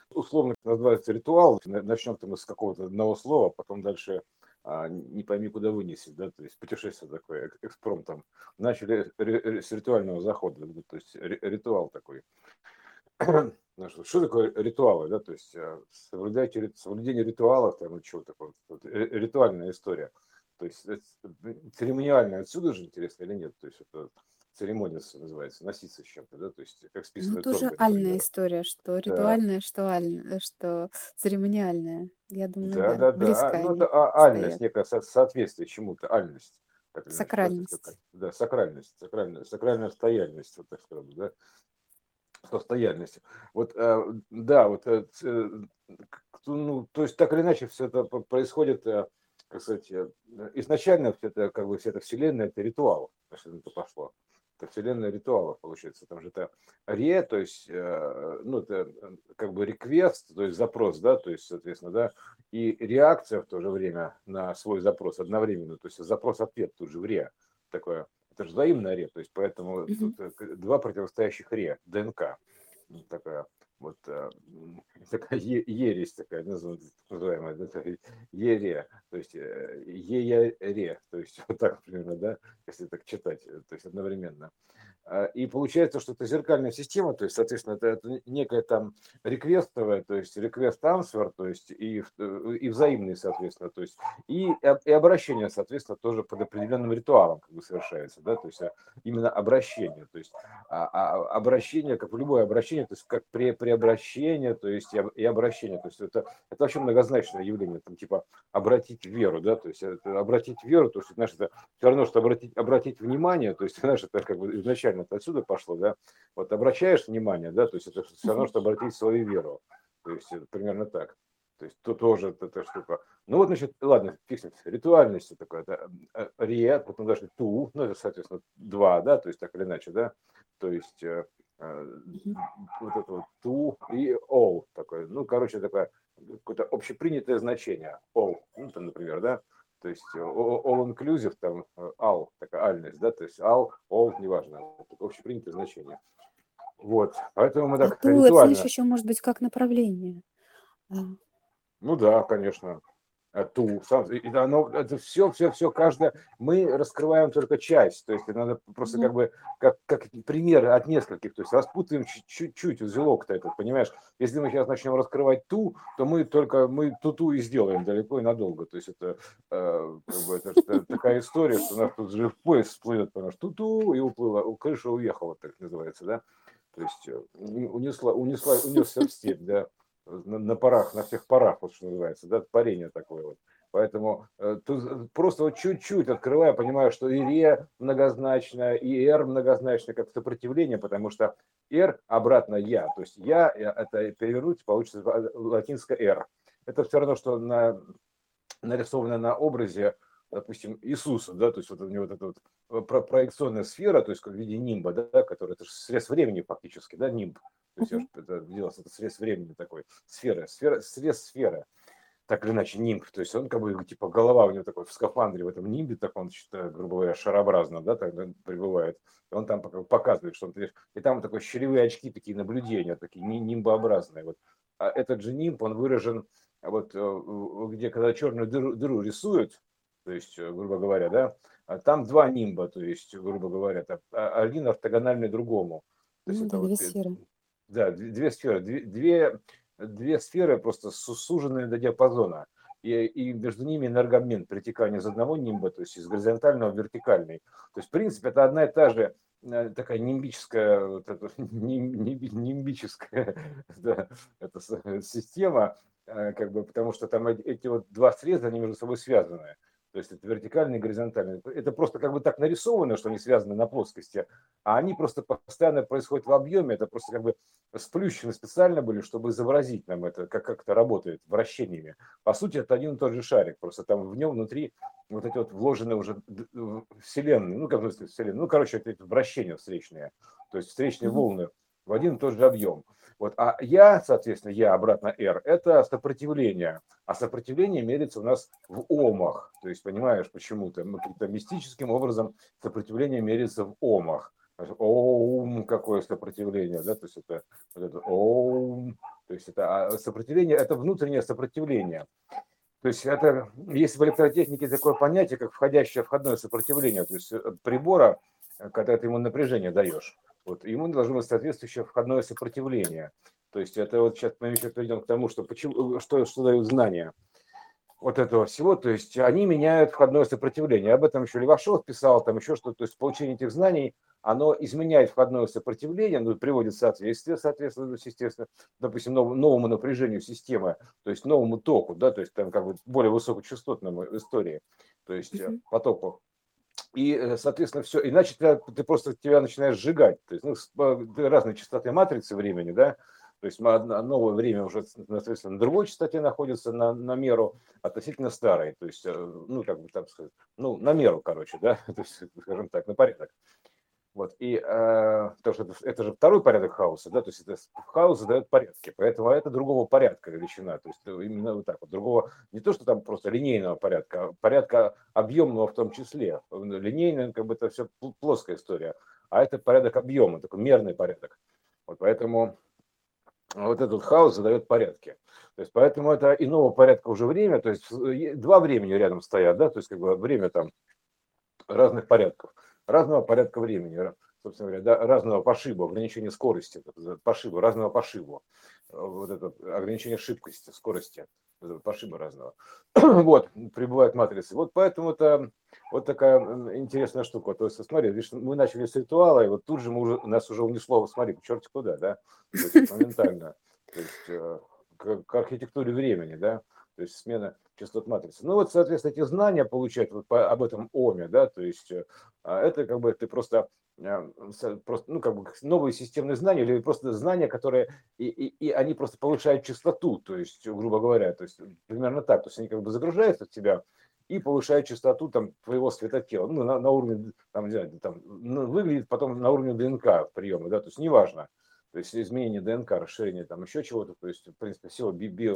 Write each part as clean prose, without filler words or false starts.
условно называется ритуал. Начнем-то мы с какого-то одного слова, потом дальше не пойми, куда вынесет, да, то есть путешествие такое, экспромтом. Начали с ритуального захода, да, то есть ритуал такой. Что такое ритуалы, да, то есть соблюдение ритуалов, там, чего такое, ритуальная история. То есть церемониальная отсюда же интересно или нет, то есть это церемония называется, носиться с чем-то, да, то есть как Ну, списанная тоже торбой, альная например. история, что Да, ритуальная, что что церемониальная. Я думаю, да, да, да, да. близко Ну, это они альность, стоят. некое соответствие чему-то, альность. Так или иначе, да, то есть Сакральность. да, сакральность, сакральная стояльность, вот так сказать, да, состоятельности. Вот, да, вот, ну, то есть так или иначе все это происходит, как сказать, изначально все это, как бы, вся эта вселенная, это ритуал, если это пошло. Это вселенная ритуалов, получается. Там же это то есть, ну, это как бы реквест, то есть запрос, да, то есть, соответственно, да, и реакция в то же время на свой запрос одновременно, то есть запрос-ответ тут же в такое. Это же взаимное то есть поэтому Мгм. тут два противостоящих ДНК. Такая вот такая ересь такая называемая, да, ере, то есть ере, то есть вот так примерно, да, если так читать, то есть одновременно. И получается, что это зеркальная система, то есть, соответственно, это некая там реквестовая, то есть реквест-ансвер, то есть и взаимный, соответственно, то есть и обращение, соответственно, тоже под определенным ритуалом как бы совершается, да, то есть именно обращение, то есть обращение, как в любое обращение, то есть как преобращение, то есть и обращение, то есть это вообще многозначное явление, там типа обратить веру, да, то есть обратить веру, то есть, знаешь, это все равно, что обратить внимание, то есть, знаешь, это как бы изначально это отсюда пошло, да, вот обращаешь внимание, да, то есть это все равно, Мгм. что обратить свою веру, то есть это примерно так. То есть тут тоже эта штука. Ну вот, значит, ладно, фиксим, ритуальность такая, это ре, потом даже ту, ну это, соответственно, два, да, то есть так или иначе, да, то есть Мгм. вот это вот ту и all такое, ну, короче, такое какое-то общепринятое значение, all, ну, там, например, да, то есть all inclusive, там, all, такая альность, да, то есть all, неважно, общепринятое значение. Вот, поэтому мы А так ту, это, знаешь, ритуально, еще может быть как направление. А, ну да, конечно, оно, это все, каждое, мы раскрываем только часть, то есть это надо просто мгм. как бы, как пример от нескольких, то есть распутываем чуть-чуть узелок-то этот, понимаешь, если мы сейчас начнем раскрывать то мы ту и сделаем далеко и надолго, то есть это, как бы, это такая история, что у нас тут же поезд всплывет, потому что ту и уплыла, крыша уехала, так называется, да, то есть унесся в степь, да, на парах, на всех парах, вот что называется, да, парение такое вот. Поэтому тут просто вот чуть-чуть открывая, понимаю, что и ре многозначно, и р многозначно как сопротивление, потому что р обратно я, то есть я это перевернуть получится латинское р. Это все равно, что нарисовано на образе, допустим, Иисуса, да, то есть вот у него вот эта вот проекционная сфера, то есть как в виде нимба, да, который это же срез времени фактически, да, нимб. То есть я Мгм. же это делался, это срез времени такой, срез сферы, так или иначе, нимб. То есть он как бы, типа, голова у него такой в скафандре, в этом нимбе, так он, грубо говоря, шарообразно, да, тогда пребывает. И он там показывает, что он, и там такой щелевые очки, такие наблюдения, такие нимбообразные. Вот. А этот же нимб, он выражен вот где, когда черную дыру рисуют, то есть, грубо говоря, да, там два нимба, то есть, грубо говоря, один ортогональный другому. То есть Ну да, это вот, две сферы. да, две сферы, две сферы просто суженные до диапазона. И между ними энергообмен, притекание из одного нимба, то есть из горизонтального в вертикальный. То есть, в принципе, это одна и та же такая нимбическая, вот эта, нимбическая да, эта система, как бы, потому что там эти вот два среза, они между собой связаны. То есть это вертикальный и горизонтальный. Это просто как бы так нарисовано, что они связаны на плоскости, а они просто постоянно происходят в объеме. Это просто как бы сплющены специально были, чтобы изобразить нам это, как это работает вращениями. По сути, это один и тот же шарик, просто там в нем внутри вот эти вот вложены уже вселенные, ну, как в смысле вселенные, ну, короче, эти вращения встречные, то есть встречные Мгм. волны в один и тот же объем. Вот. А я, соответственно, я обратно R, это сопротивление. А сопротивление мерится у нас в омах. То есть, понимаешь, почему-то каким-то мистическим образом сопротивление мерится в омах. Оум, какое сопротивление, да, то есть это вот это оум, то есть это сопротивление, это внутреннее сопротивление. То есть это, есть в электротехнике такое понятие, как входящее входное сопротивление, то есть прибора, когда ты ему напряжение даешь, вот ему должно быть соответствующее входное сопротивление. То есть это вот сейчас мы еще придем к тому, что, почему, что дают знания вот этого всего, то есть они меняют входное сопротивление. Об этом еще Левашов писал, там еще что-то, то есть получение этих знаний, оно изменяет входное сопротивление, ну, приводит в соответствие, соответственно, естественно, допустим, новому напряжению системы, то есть новому току, да, то есть там как бы более высокочастотному истории, то есть Мгм. потоку. И, соответственно, все, иначе ты просто тебя начинаешь сжигать. То есть, ну, разные частоты матрицы времени, да, то есть новое время уже, соответственно, на другой частоте находится на меру относительно старой, то есть, ну, как бы так сказать, ну, на меру, короче, да, то есть, скажем так, на порядок. Вот, потому что это же второй порядок хаоса, да, то есть это хаос задает порядки, поэтому это другого порядка величина, то есть именно вот так вот, другого, не то, что там просто линейного порядка, а порядка объемного в том числе. Линейный, как бы это все плоская история, а это порядок объема, такой мерный порядок. Вот поэтому вот этот хаос задает порядки. То есть поэтому это иного порядка уже время, то есть два времени рядом стоят, да, то есть как бы время там разных порядков, разного порядка времени, собственно говоря, да, разного пошиба, ограничения скорости, пошиба, разного пошиба, вот это ограничение шибкости, скорости, пошиба разного. Вот, прибывают матрицы. Вот поэтому это вот такая интересная штука. То есть, смотри, видишь, мы начали с ритуала, и вот тут же нас уже унесло, смотри, черти куда, да, то есть моментально, то есть к архитектуре времени, да, то есть смена частот матрицы. Ну вот, соответственно, эти знания получать вот об этом оме, да, то есть это как бы ты просто, ну, как бы новые системные знания или просто знания, которые, и они просто повышают частоту, то есть, грубо говоря, то есть примерно так, то есть они как бы загружаются в тебя и повышают частоту там твоего светотела, ну, на уровне, там, не знаю, там, ну, выглядит потом на уровне ДНК приема, да, то есть неважно, то есть изменение ДНК, расширение там еще чего-то, то есть, в принципе, всего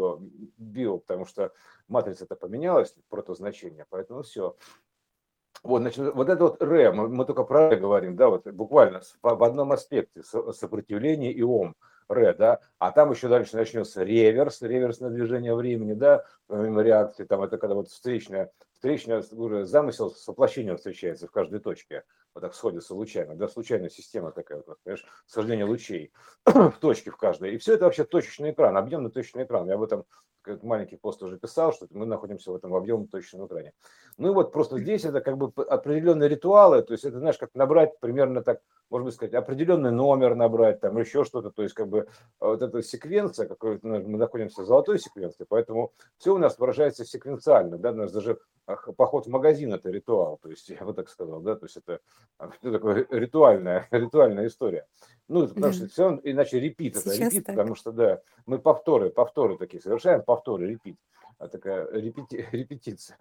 потому что матрица-то поменялась, протозначение, поэтому все. Вот, значит, вот это вот ре, мы только про ре говорим, да, вот буквально в одном аспекте сопротивление и ом, ре, да, а там еще дальше начнется реверсное движение времени, да, помимо реакции, там это когда вот встречное уже замысел с воплощением встречается в каждой точке, вот так сходится случайно, да, случайная система такая, вот, понимаешь, схождение лучей в точке в каждой, и все это вообще точечный экран, объемный точечный экран, я об этом как маленький пост уже писал, что мы находимся в этом объемном точечном экране. Ну и вот просто здесь это как бы определенные ритуалы, то есть это, знаешь, как набрать примерно так, можно быть сказать, определенный номер набрать, там еще что-то, то есть как бы вот эта секвенция, мы находимся в золотой секвенции, поэтому все у нас выражается секвенциально, да, у нас даже поход в магазин это ритуал, то есть я вот так сказал, да, то есть это такое ритуальная история. Ну, потому что Да, все, иначе сейчас репит, так. потому что, да, мы повторы такие совершаем, повторы, репит. Такая репетиция,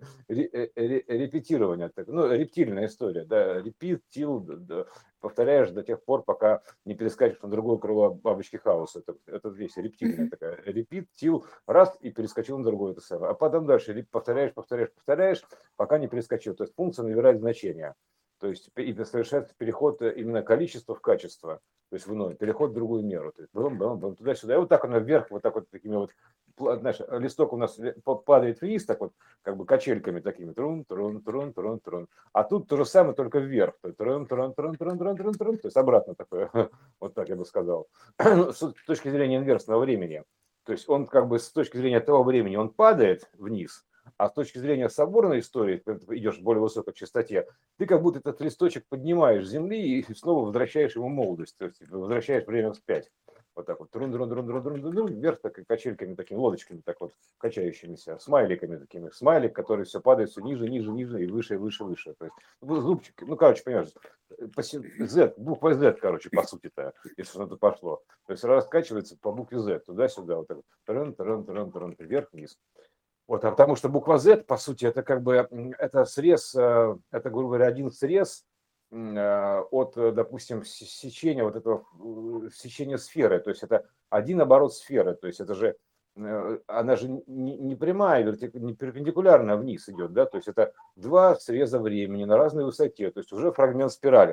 репетирование, ну, рептильная история, да, репетил, да, повторяешь до тех пор, пока не перескочишь на другое крыло бабочки хаоса. Это весь рептильная Мгм. такая, репетил, раз и перескочил на другое это самое. А потом дальше повторяешь, пока не перескочил. То есть функция набирает значение. То есть и совершается переход именно количества в качество, то есть в иной, переход в другую меру. То есть туда-сюда. И вот так оно вверх, вот так вот такими вот, знаешь, листок у нас падает вниз, так вот, как бы качельками такими, трун, трун, трун, трун, трун. А тут то же самое, только вверх. То есть трун, трун, трун, трун, трун, трун, трун, то есть обратно такое, вот так я бы сказал. С точки зрения инверсного времени. То есть он как бы с точки зрения того времени он падает вниз, а с точки зрения соборной истории, когда ты идешь в более высокой частоте, ты как будто этот листочек поднимаешь с земли и снова возвращаешь ему молодость, то есть возвращаешь время вспять. Вот так вот, трун, трун, трун, трун, трун, трун, трун, вверх, так, качельками, такими лодочками, так вот, качающимися, смайликами такими. Смайлик, который все падает все ниже, ниже, ниже и выше, выше, выше. То есть, зубчики, ну, короче, понимаешь, Z, буква Z, короче, по сути-то, если что-то пошло. То есть раскачивается по букве Z, туда-сюда, вот так вот, трун, трун, трун, трун, вверх-вниз. Вот, а потому что буква Z, по сути, это как бы это срез, это, грубо говоря, один срез от, допустим, сечения вот этого сечения сферы. То есть это один оборот сферы. То есть это же она же не прямая, не перпендикулярно вниз идет, да, то есть это два среза времени на разной высоте, то есть уже фрагмент спирали.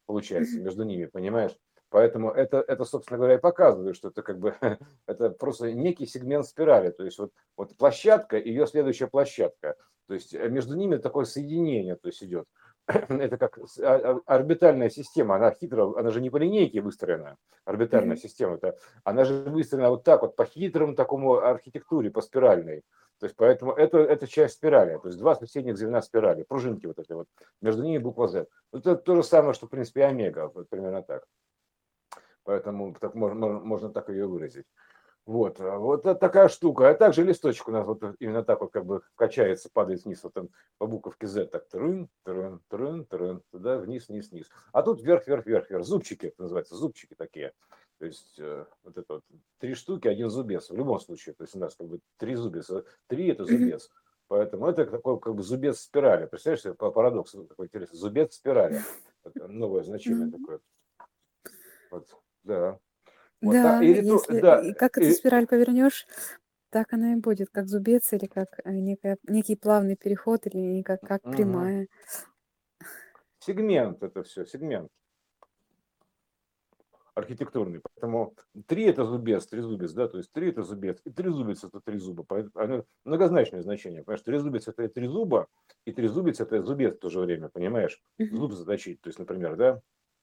получается, Мгм. между ними, понимаешь? Поэтому это, собственно говоря, и показывает, что это как бы это просто некий сегмент спирали. То есть вот площадка и ее следующая площадка. То есть между ними такое соединение, то есть идет. Это как орбитальная система, она хитро, она же не по линейке выстроена, орбитальная Мгм. система, она же выстроена вот так вот по хитрому такому архитектуре, по спиральной. То есть поэтому это часть спирали, то есть два соседних звена спирали, пружинки вот эти вот, между ними буква Z. Это то же самое, что в принципе и омега, вот примерно так. Поэтому так можно так ее выразить. Вот такая штука. А также листочек у нас вот именно так вот как бы качается, падает вниз, вот там по буковке Z, так трын, трын, трын, трын, туда вниз, вниз, вниз. А тут вверх, вверх, вверх, вверх. Зубчики, это называется, зубчики такие. То есть вот это вот 3 штуки, один зубец. В любом случае, то есть у нас как бы 3 зубеца. 3 это Мгм. зубец. Поэтому это такой как бы зубец спирали. Представляешь, себе парадокс такой интересный. Зубец спирали. Это новое значение Ну такое. Вот, да. Вот, да, если да, и как эту спираль повернешь, так она и будет, как зубец или как, некий плавный переход, или как мгм. прямая. Сегмент это все, сегмент архитектурный. Поэтому 3 это зубец, трезубец, да, то есть 3 это зубец, и трезубец это 3 зуба. Оно многозначное значение. Понимаешь, трезубец это 3 зуба, и трезубец это зубец в то же время, понимаешь? Мгм. Зуб заточить, то есть, например, да.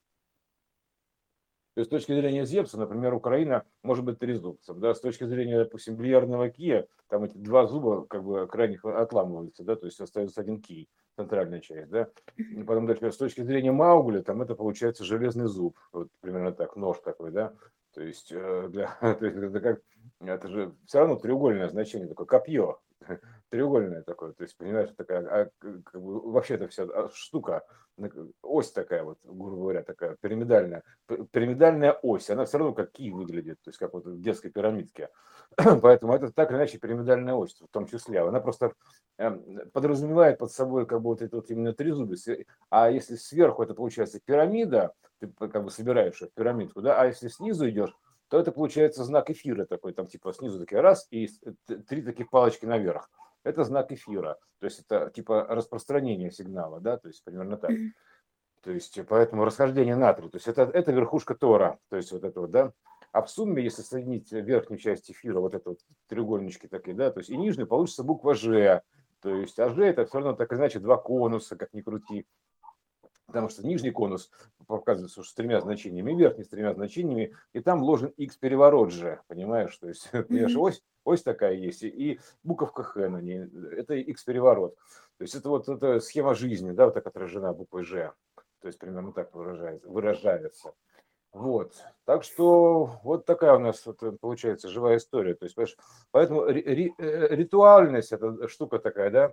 То есть с точки зрения Зевса, например, Украина может быть трезубцем. Да? С точки зрения, допустим, бильярдного кия, там эти 2 зуба как бы крайних отламываются, да, то есть остается один кий, центральная часть. Да? И Мгм. потом дальше, с точки зрения Маугли, там это получается железный зуб, вот примерно так, нож такой, да. То есть, то есть это же все равно треугольное значение, такое копье, треугольное такое, то есть, понимаешь, такая, как бы, вообще это вся штука, ось такая вот, грубо говоря, такая пирамидальная, пирамидальная ось, она все равно как кий выглядит, то есть как вот в детской пирамидке. Поэтому это так или иначе пирамидальная ось в том числе. Она просто подразумевает под собой как бы вот это вот именно трезубец. А если сверху это получается пирамида, ты как бы собираешь в пирамидку, да, а если снизу идешь, то это получается знак эфира такой, там типа снизу такие раз и 3 таких палочки наверх. Это знак эфира, то есть это типа распространение сигнала, да, то есть примерно так. Мгм. То есть, поэтому расхождение натрия, то есть это верхушка Тора, то есть вот это вот, да. А в сумме, если соединить верхнюю часть эфира, вот это вот треугольнички такие, да, то есть и нижнюю, получится буква Ж. То есть, а Ж это все равно так или иначе 2 конуса, как ни крути. Потому что нижний конус показывается уж с 3 значениями, и верхний с 3 значениями, и там вложен X переворот же, понимаешь? То есть, понимаешь, Мгм. ось такая есть, и буковка Х на ней, это X переворот. То есть это вот эта схема жизни, да, вот так отражена буквой Ж. То есть примерно так выражается. Вот. Так что вот такая у нас вот, получается живая история. То есть, понимаешь, поэтому ритуальность, это штука такая, да,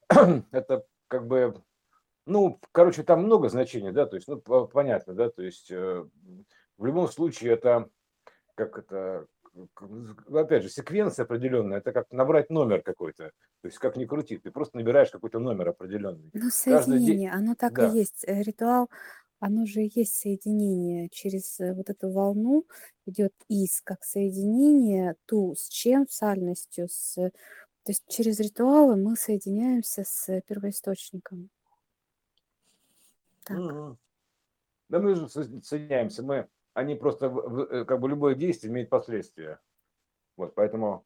это как бы ну, короче, там много значений, да, то есть, ну, понятно, да, то есть, в любом случае это, как это, опять же, секвенция определенная, это как набрать номер какой-то, то есть, как ни крути, ты просто набираешь какой-то номер определенный. Ну, Каждый день, соединение, оно так и да, есть. Ритуал, оно же и есть соединение. Через вот эту волну идет из, как соединение, ту с чем, сальностью, то есть через ритуалы мы соединяемся с первоисточником. Так. Мгм. Да мы же соединяемся, они просто, как бы любое действие имеет последствия, вот, поэтому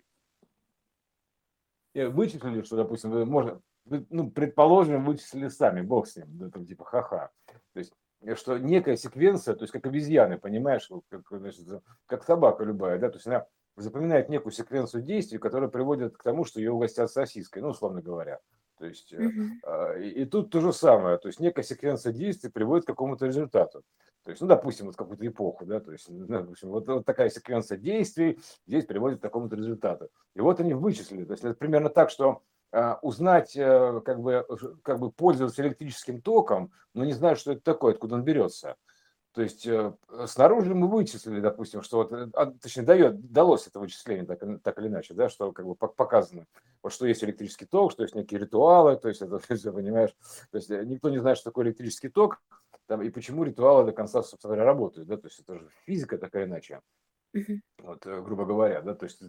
вычислили, что, допустим, ну, предположим, вычислили сами, бог с ним, да, там, типа, ха-ха. То есть, что некая секвенция, то есть, как обезьяны, понимаешь, вот значит, как собака любая, да, то есть, она запоминает некую секвенцию действий, которые приводят к тому, что ее угостят сосиской, ну, условно говоря. То есть, Мгм. и тут то же самое, то есть, некая секвенция действий приводит к какому-то результату. То есть, ну, допустим, вот какую-то эпоху, да, то есть, ну, допустим, вот такая секвенция действий здесь приводит к такому-то результату. И вот они вычислили. То есть это примерно так, что узнать, как бы пользоваться электрическим током, но не знать, что это такое, откуда он берется. То есть снаружи мы вычислили, допустим, что вот, точнее, далось это вычисление так или иначе, да, что как бы показано, вот что есть электрический ток, что есть некие ритуалы, то есть это все, понимаешь, то есть никто не знает, что такое электрический ток, там, и почему ритуалы до конца, собственно говоря, работают, да, то есть это же физика такая иначе. Мгм. Вот, грубо говоря, да, то есть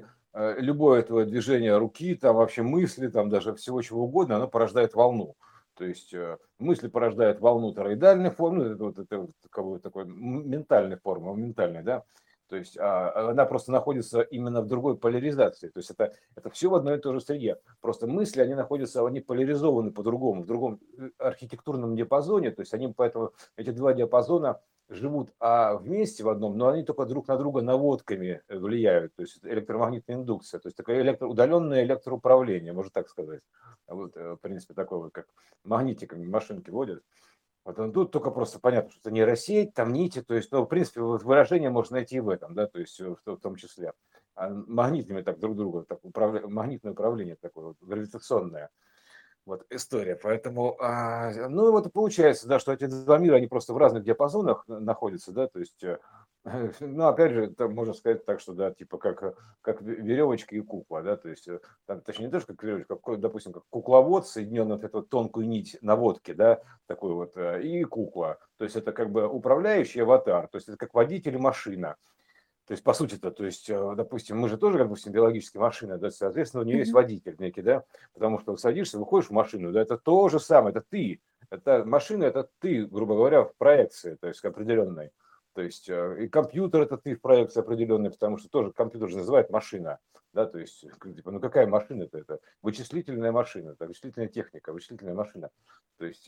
любое твое движение руки, там вообще мысли, там даже всего чего угодно, оно порождает волну. То есть мысли порождают волну тороидальной формы, это вот как бы такой ментальной формы, ментальной, да. То есть она просто находится именно в другой поляризации. То есть это все в одной и той же среде. Просто мысли, они находятся, они поляризованы по-другому, в другом архитектурном диапазоне. То есть они поэтому, эти два диапазона живут вместе в одном, но они только друг на друга наводками влияют. То есть электромагнитная индукция. То есть такое удаленное электроуправление, можно так сказать. Вот, в принципе, такое вот, как магнитиками машинки водят. Вот тут только просто понятно, что это нейросеть, там нити, то есть, ну, в принципе, вот выражение можно найти в этом, да, то есть в том числе. А магнитами так друг друга, так магнитное управление такое, вот, гравитационное, вот история. Поэтому, ну, вот и получается, да, что эти два мира, они просто в разных диапазонах находятся, да, то есть, ну, опять же, там можно сказать так, что, да, типа как веревочка и кукла, да, то есть, там, точнее, не то, что как веревочка, как, допустим, как кукловод, соединенный вот эту вот тонкую нить наводки, да, такой вот, и кукла, то есть это как бы управляющий аватар, то есть это как водитель и машина. То есть, по сути-то, то есть, допустим, мы же тоже, как допустим, биологические машины, да, соответственно, у нее есть Мгм. водитель некий, да, потому что садишься, выходишь в машину, да, это то же самое, это ты, это машина, это ты, грубо говоря, в проекции, то есть определенной. То есть и компьютер это ты в проекции определенной, потому что тоже компьютер же называют машина, да, то есть, типа, ну какая машина это вычислительная машина, это вычислительная техника, вычислительная машина. То есть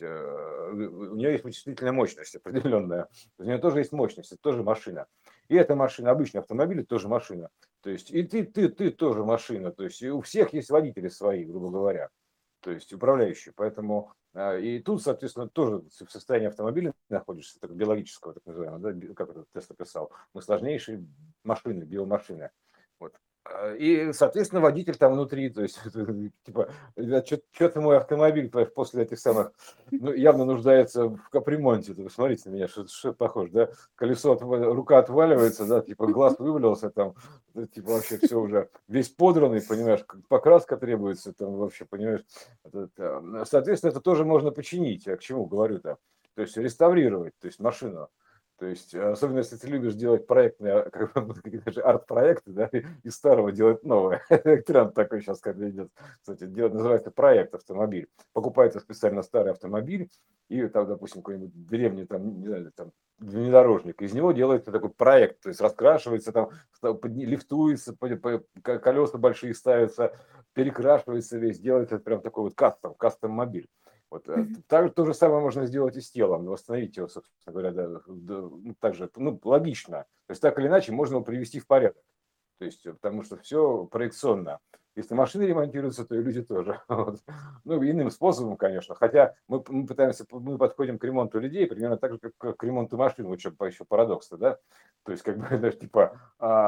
у нее есть вычислительная мощность определенная, у нее тоже есть мощность, это тоже машина. И эта машина, обычный автомобиль, это тоже машина. То есть и ты тоже машина. То есть и у всех есть водители свои, грубо говоря. То есть управляющие. Поэтому и тут, соответственно, тоже в состоянии автомобиля находишься, так, биологического, так называемого, да, как это Тесла писал. Мы сложнейшие машины, биомашины. Вот. И, соответственно, водитель там внутри, то есть, типа, что-то мой автомобиль после этих самых, ну, явно нуждается в капремонте. Посмотрите на меня, что похоже, да? Колесо, рука отваливается, да, типа глаз вывалился, там, типа вообще все уже весь подранный, понимаешь, покраска требуется, там вообще, понимаешь. Соответственно, это тоже можно починить, я к чему говорю-то. То есть реставрировать, то есть машину. То есть, особенно если ты любишь делать проектные, как бы, даже арт-проекты, да, из старого делать новое. Тренд такой сейчас, как идет, кстати, называется проект автомобиль. Покупается специально старый автомобиль, и там, допустим, какой-нибудь древний, там, не знаю, там, внедорожник, из него делается такой проект, то есть раскрашивается, там, лифтуется, колеса большие ставятся, перекрашивается весь, делается прям такой вот кастом-мобиль. Вот, Мгм. то же самое можно сделать и с телом, восстановить его, собственно говоря, да, ну, также, ну, логично. То есть так или иначе можно его привести в порядок. То есть, потому что все проекционно. Если машины ремонтируются, то и люди тоже. Вот. Ну, иным способом, конечно. Хотя мы пытаемся, мы подходим к ремонту людей примерно так же, как к ремонту машин. Вот что еще парадокс-то, да? То есть, как бы, даже, типа,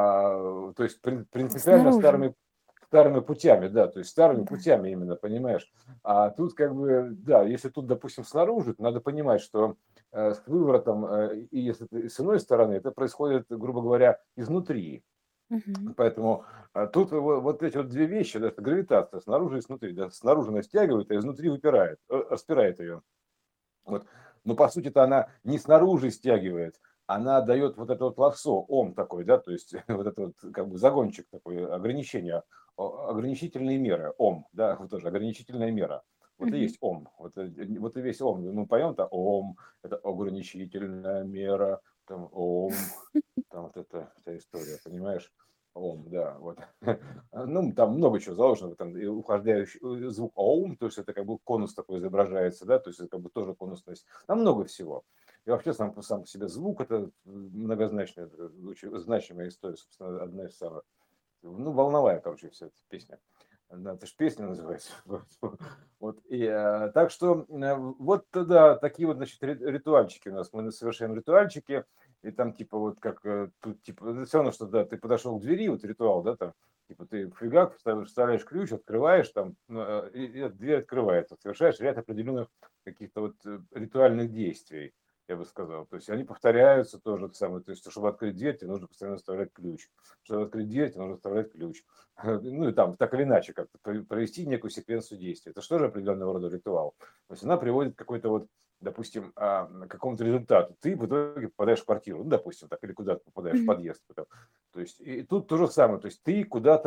то есть принципиально Снаружи, старыми путями, да, то есть старыми да. путями именно, понимаешь. А тут как бы, да, если тут, допустим, снаружи, то надо понимать, что с выворотом, и если с иной стороны, это происходит, грубо говоря, изнутри. Мгм. Поэтому тут вот эти вот две вещи, да, это гравитация снаружи и снутри, да, снаружи она стягивает, а изнутри выпирает, распирает ее. Вот. Но по сути-то она не снаружи стягивает, она дает вот это вот лассо, ом такой, да, то есть вот это вот как бы загончик такой, ограничение, ограничительные меры, ом, да, вот тоже ограничительная мера. Вот и Мгм. есть ом, вот и весь ом. Мы поем-то ом, это ограничительная мера, там ом, там вот эта вся история, понимаешь? Ом, да, вот. Ну, там много чего заложено, там и ухождающий звук ом, то есть это как бы конус такой изображается, да, то есть это как бы тоже конусность. Там много всего. И вообще сам по себе звук это многозначная, очень значимая история, собственно, одна из самых. Ну, волновая, короче, вся эта песня. Да, это же песня называется. Вот. И, так что вот тогда такие вот, значит, ритуальчики у нас. Мы совершаем ритуальчики, и там типа вот как тут типа все равно, что да, ты подошел к двери, вот ритуал, да, там типа ты фигак, вставляешь ключ, открываешь там, и дверь открывается, совершаешь ряд определенных каких-то вот ритуальных действий, я бы сказал. То есть они повторяются тоже самое. То есть, чтобы открыть дверь, тебе нужно постоянно вставлять ключ. Чтобы открыть дверь, тебе нужно вставлять ключ. Ну и там так или иначе как-то провести некую секвенцию действий. Это что же определенного рода ритуал? То есть она приводит к какой-то вот, допустим, к какому-то результату. Ты в итоге попадаешь в квартиру, ну, допустим, так, или куда-то попадаешь в Мгм. подъезд. То есть и тут то же самое. То есть ты куда-то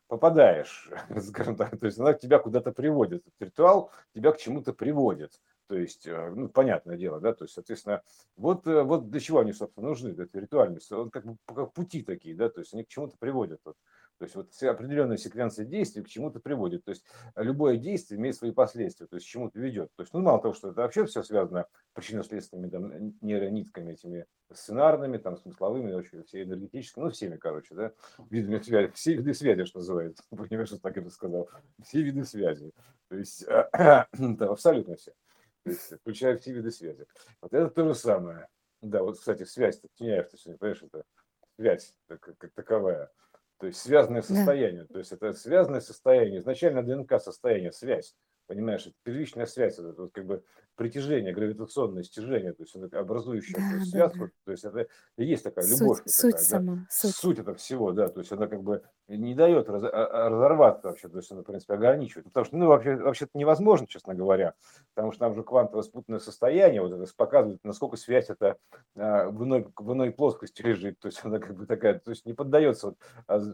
попадаешь, скажем так, то есть она тебя куда-то приводит, этот ритуал тебя к чему-то приводит. То есть, ну, понятное дело, да, то есть, соответственно, вот для чего они, собственно, нужны, эти ритуальности, вот как пути такие, да, то есть они к чему-то приводят. Вот. То есть вот определенная секвенция действий к чему-то приводит. То есть любое действие имеет свои последствия, то есть к чему-то ведет. То есть, ну, мало того, что это вообще все связано причинно-следственными там, нейронитками, этими сценарными, там, смысловыми, вообще, все энергетическими, ну, всеми, короче, да, видами связи, все виды связи, что называется, понимаешь, что так это сказал, все виды связи, то есть да, абсолютно все, то есть включая все виды связи. Вот это то же самое. Да, вот, кстати, связь, ты Тиняев, ты сегодня, понимаешь, это связь как таковая, то есть связанное Да, состояние, то есть это связанное состояние, изначально ДНК состояние, связь, понимаешь, это первичная связь, это вот как бы притяжение, гравитационное стяжение, то есть это образующее да, эту да, да. связку, то есть это и есть такая Суть, любовь вот суть такая, да, сама, суть. суть этого всего, да, то есть она как бы не дает разорваться вообще, то есть она, в принципе, ограничивает, потому что, ну, вообще-то невозможно, честно говоря, потому что там же квантовое спутанное состояние, вот это показывает, насколько связь это в иной плоскости лежит, то есть она как бы такая, то есть не поддается, вот,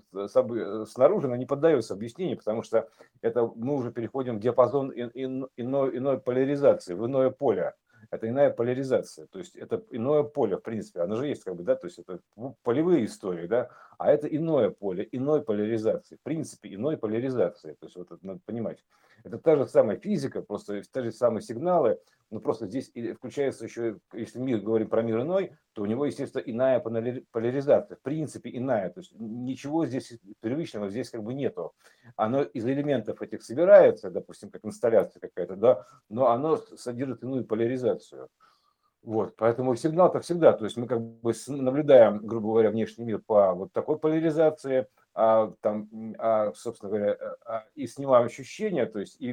снаружи она не поддается объяснению, потому что это мы уже переходим в диапазон иной поляризации, в иное поле. Это иная поляризация, то есть это иное поле, в принципе, оно же есть как бы, да, то есть это полевые истории, да, а это иное поле, иной поляризации, в принципе, иной поляризации, то есть вот это надо понимать. Это та же самая физика, просто те же самые сигналы, но просто здесь включается еще, если мы говорим про мир иной, то у него, естественно, иная поляризация, в принципе, иная, то есть ничего здесь первичного здесь как бы нету. Оно из элементов этих собирается, допустим, как инсталляция какая-то, да, но оно содержит иную поляризацию. Вот, поэтому сигнал-то всегда, то есть мы как бы наблюдаем, грубо говоря, внешний мир по вот такой поляризации, собственно говоря, и снимаем ощущения, то есть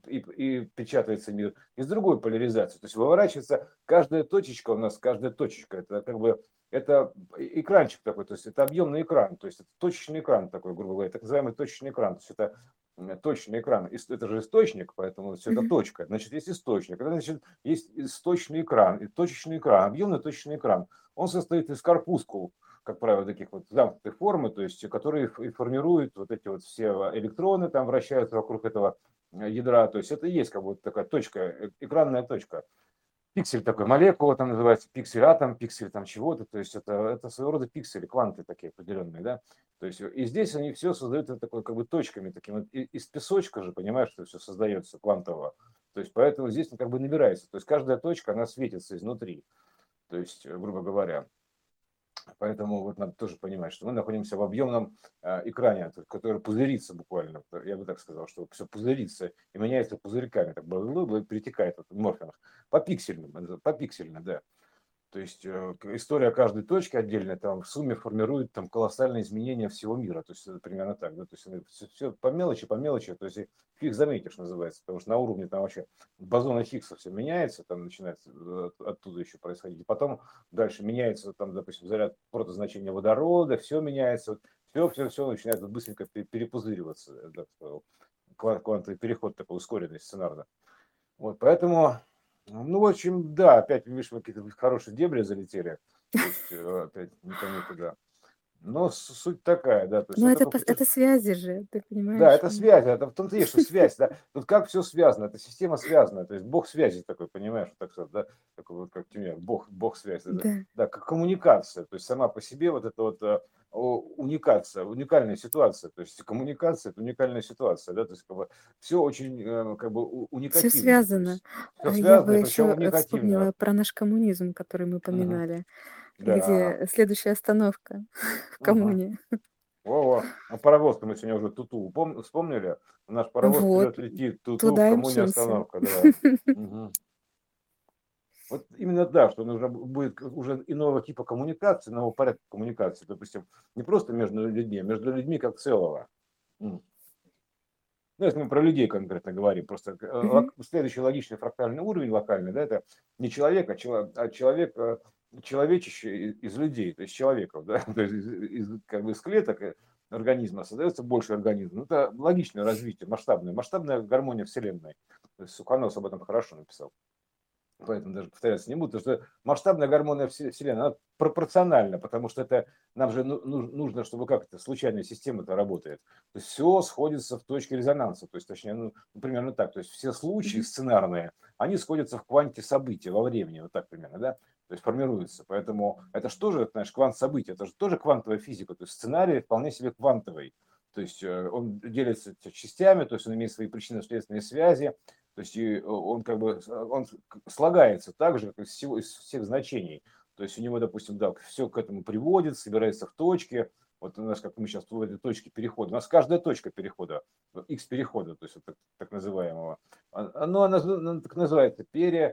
и печатается мир из другой поляризации, то есть выворачивается каждая точечка у нас, каждая точечка, это как бы это экранчик такой, то есть это объемный экран, то есть это точечный экран такой, грубо говоря, так называемый точечный экран, то есть это точный экран, это же источник, поэтому все это Мгм. точка, значит, есть источник, это значит, есть источный экран, и точечный экран, объемный точечный экран. Он состоит из корпускул, как правило, таких вот замкнутой формы, то есть, которые и формируют вот эти вот все электроны, там вращаются вокруг этого ядра, то есть это и есть как бы вот такая точка, экранная точка. Пиксель такой, молекула там называется, пиксель атом, пиксель там чего-то, то есть это своего рода пиксели, кванты такие определенные, да. То есть и здесь они все создают это такой как бы точками таким, вот, из песочка же, понимаешь, что все создается квантово. То есть поэтому здесь он как бы набирается, то есть каждая точка, она светится изнутри, то есть, грубо говоря. Поэтому вот надо тоже понимать, что мы находимся в объемном экране, который пузырится буквально. Я бы так сказал, что все пузырится и меняется пузырьками, так перетекает в морфинах. По пиксельно, да. То есть история каждой точки отдельно там в сумме формирует там колоссальные изменения всего мира. То есть это примерно так, да. То есть все по мелочи, то есть фиг заметишь, называется, потому что на уровне там вообще бозона Хиггса все меняется, там начинается оттуда еще происходить. И потом дальше меняется там, допустим, заряд протозначения водорода, все меняется, все начинает вот быстренько перепузыриваться. Да, квантовый переход такой ускоренный сценарно. Вот, поэтому, ну, в общем, да, опять, видишь, мы какие-то хорошие дебри залетели, то есть опять не пойми куда. Но суть такая, да, то есть Но вот это, такое это связи же, ты да, понимаешь? это связь, это в том-то и есть, что связь, да. Тут как все связано, эта система связана, то есть бог связи такой, понимаешь, вот так сказать, да, такой вот как тебе, бог связи, да, Да. да, как коммуникация, то есть сама по себе вот это вот уникация, уникальная ситуация, то есть коммуникация это уникальная ситуация, да, то есть как бы все очень как бы Все уникативно, то связано. есть все Я бы связано, причем еще уникативно. вспомнила про наш коммунизм, который мы Мгм. поминали, Да. где следующая остановка в Мгм. коммуне. Во-во. А паровоз-то мы сегодня уже Туту вспомнили? Наш паровоз Вот, вперед летит, Туту в туда и коммуне мчимся. остановка, да. Мгм. Вот именно да, что нужно будет уже иного типа коммуникации, нового порядка коммуникации, допустим, не просто между людьми, а между людьми как целого. М. Ну, если мы про людей конкретно говорим, просто Мгм. следующий логичный фрактальный уровень локальный, да, это не человек, а человек, человечище из людей, то есть человеков, да, то есть как бы из клеток организма создается больше организм. Ну, это логичное развитие, масштабная гармония Вселенной. То есть Суханов об этом хорошо написал. поэтому даже повторяться не буду, потому что масштабная гармония Вселенной, она пропорциональна, потому что это нам же нужно, чтобы как это случайная система-то работает. То есть все сходится в точке резонанса, то есть, точнее, примерно так. То есть все случаи Мгм. сценарные, они сходятся в кванте события во времени, вот так примерно, да? То есть формируются. Поэтому это же тоже, знаешь, квант событий, это же тоже квантовая физика. То есть сценарий вполне себе квантовый. То есть он делится частями, то есть он имеет свои причинно-следственные связи, то есть он как бы он слагается так же, как из всех значений. То есть у него, допустим, да, все к этому приводит, собирается в точке. Вот у нас, как мы сейчас в этой точке перехода, у нас каждая точка перехода, x перехода, то есть вот так называемого, она так называется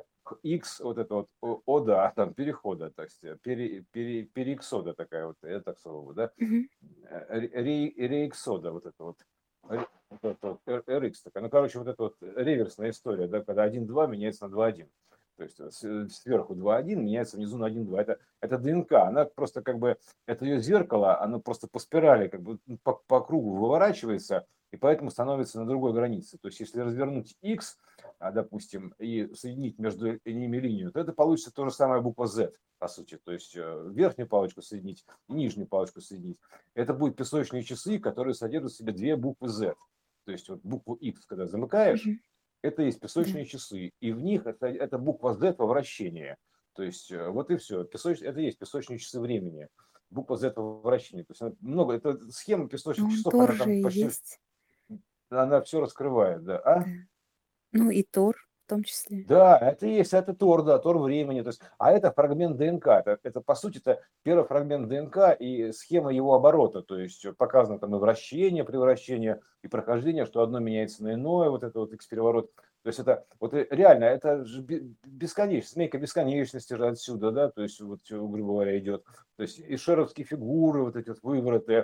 x, вот это вот ода, там перехода, так сказать, переиксода такая вот, я так слово, да, Мгм. реиксода, вот это вот, вот это вот RX такая. Ну, короче, вот это вот реверсная история, да, когда 1,2 меняется на 2,1. То есть сверху 2,1 меняется внизу на 1,2. Это ДНК. Она просто как бы, это ее зеркало, оно просто по спирали как бы по кругу выворачивается, и поэтому становится на другой границе. То есть если развернуть X, допустим, и соединить между ними линию, то это получится то же самое буква Z, по сути. То есть верхнюю палочку соединить и нижнюю палочку соединить. Это будут песочные часы, которые содержат в себе две буквы Z. То есть вот букву X, когда замыкаешь, Мгм. это есть Да. песочные часы, и в них это буква Z во вращении. То есть вот и все. Это есть песочные часы времени. Буква Z во вращении. То есть много, это схема Но песочных он часов, она тоже там и почти, есть. она все раскрывает, да. Да. Ну и Тор в том числе. Да, это и есть, это Тор, да, Тор времени. То есть, а это фрагмент ДНК. Это по сути это первый фрагмент ДНК и схема его оборота. То есть показано там и вращение, превращение, и прохождение, что одно меняется на иное, вот это вот X-переворот. То есть это вот реально, это же бесконечность, змейка бесконечности же отсюда, да, то есть вот, грубо говоря, идет. То есть и шеровские фигуры, вот эти вот вывороты,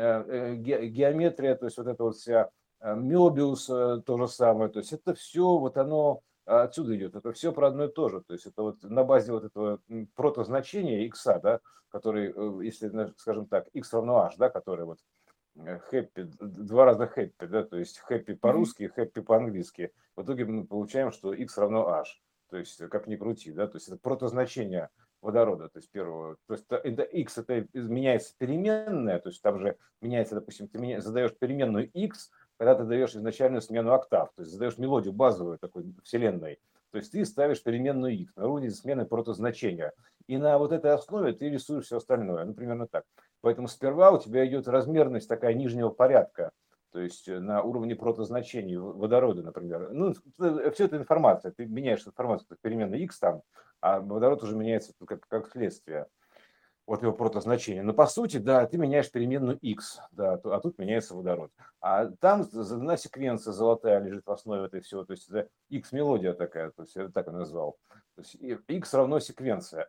геометрия, то есть вот это вот вся Мёбиус то же самое. То есть это все вот оно отсюда идет. Это все про одно и то же. То есть это вот на базе вот этого протозначения x, да, который, если, скажем так, x равно h, да, который вот happy, два раза happy, да, то есть happy Мгм. по-русски и happy по-английски. В итоге мы получаем, что x равно h. То есть как ни крути, да, то есть это протозначение водорода, то есть первого, то есть это x, это меняется переменная, то есть там же меняется, допустим, ты задаешь переменную x, когда ты даешь изначальную смену октав, то есть задаешь мелодию базовую такой вселенной, то есть ты ставишь переменную x на уровне смены протозначения. И на вот этой основе ты рисуешь все остальное. Ну, примерно так. Поэтому сперва у тебя идет размерность такая нижнего порядка, то есть на уровне протозначений водорода, например. Ну, все это информация. Ты меняешь информацию как переменная x там, а водород уже меняется как следствие от его протозначения. Но по сути, да, ты меняешь переменную x, да, а тут меняется водород. А там задана секвенция золотая лежит в основе этой всего, то есть это x-мелодия такая, то есть я так и назвал. То есть x равно секвенция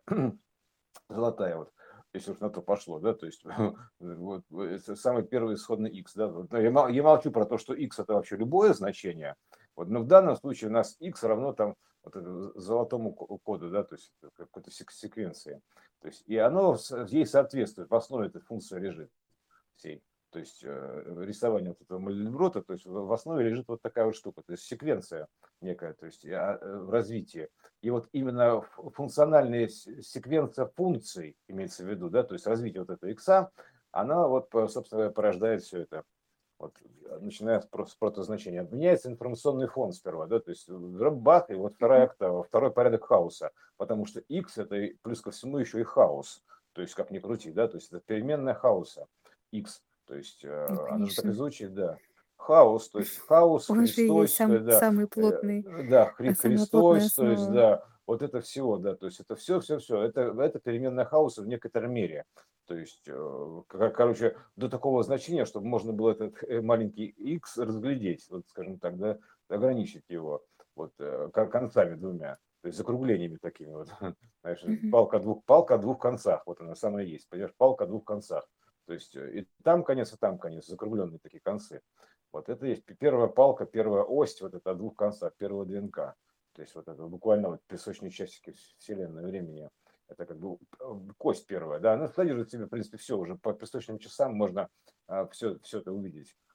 золотая вот, если уж на то пошло, да, то есть вот, это самый первый исходный x, да. Вот, я молчу про то, что x это вообще любое значение, вот, но в данном случае у нас x равно там вот золотому коду, да, то есть какой-то секвенции. То есть, и оно ей соответствует, в основе этой функции лежит всей. То есть рисование вот этого Мальброта, то есть в основе лежит вот такая вот штука, то есть секвенция некая, то есть в развитии. И вот именно функциональная секвенция функций имеется в виду, да, то есть развитие вот этого икса, она вот, собственно, порождает все это. Вот, начиная с протозначения. Меняется информационный фон сперва, да, то есть бах, и вот вторая Мгм. октава, второй порядок хаоса, потому что x это плюс ко всему еще и хаос, то есть как ни крути, да, то есть это переменная хаоса, x, то есть Ну, она же так и конечно. звучит, да, хаос, то есть хаос, Он же и есть Христос, да, самый плотный, да, самая плотная Христос, то есть, основа. да, вот это всего, да, то есть это все, это переменная хаоса в некоторой мере. То есть, короче, до такого значения, чтобы можно было этот маленький x разглядеть, вот, скажем так, да, ограничить его вот концами двумя, то есть закруглениями такими вот, знаешь, Мгм. палка о двух концах, вот она самая есть, понимаешь, палка о двух концах, то есть и там конец, закругленные такие концы. Вот это есть первая палка, первая ось, вот это о двух концах, первого ДНК. То есть вот это буквально вот песочные часики Вселенной времени. Это как бы кость первая, да, она содержит в себе, в принципе, все уже по песочным часам можно все это увидеть.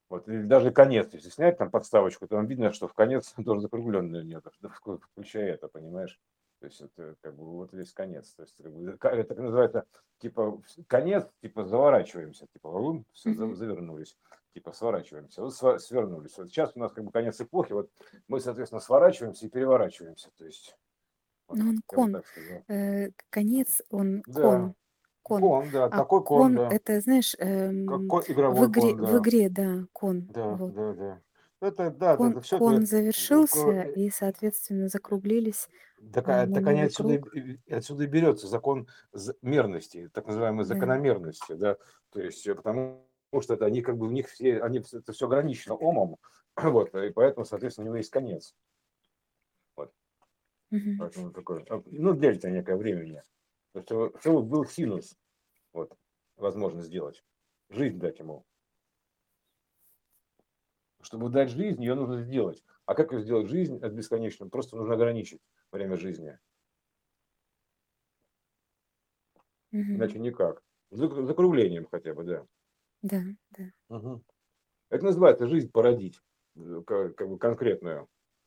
Вот, или даже конец, если снять там подставочку, то там видно, что в конец тоже закругленный у нее, включая это, понимаешь? То есть это как бы вот весь конец. То есть как бы, это так называется, типа конец, типа заворачиваемся, типа все, Мгм. завернулись, типа сворачиваемся, вот свернулись. Вот сейчас у нас как бы конец эпохи, вот мы, соответственно, сворачиваемся и переворачиваемся. То есть, вот, Но он я бы кон. так сказал. Конец, он Да, кон. Кон. кон, да, А такой кон, кон да, это, знаешь, как в игровой игре, кон, в да. игре, да, кон. Да, Вот. да, да. Это, да, Кон, это все кон это, завершился, и, соответственно, закруглились на так они новый отсюда, круг. отсюда и берется закон мерности, так называемой Да. закономерности, да, то есть, потому что это они как бы у них все, это все ограничено омом, вот, и поэтому, соответственно, у него есть конец, вот, Мгм. поэтому такой, ну, дельта некое времени, то есть, чтобы был синус, вот, возможно сделать, жизнь дать ему. Чтобы дать жизнь, ее нужно сделать. А как ее сделать жизнь от бесконечного? Просто нужно ограничить время жизни. Мгм. Иначе никак. Закруглением хотя бы, да. Да, да. Мгм. Это называется жизнь породить, как бы конкретную.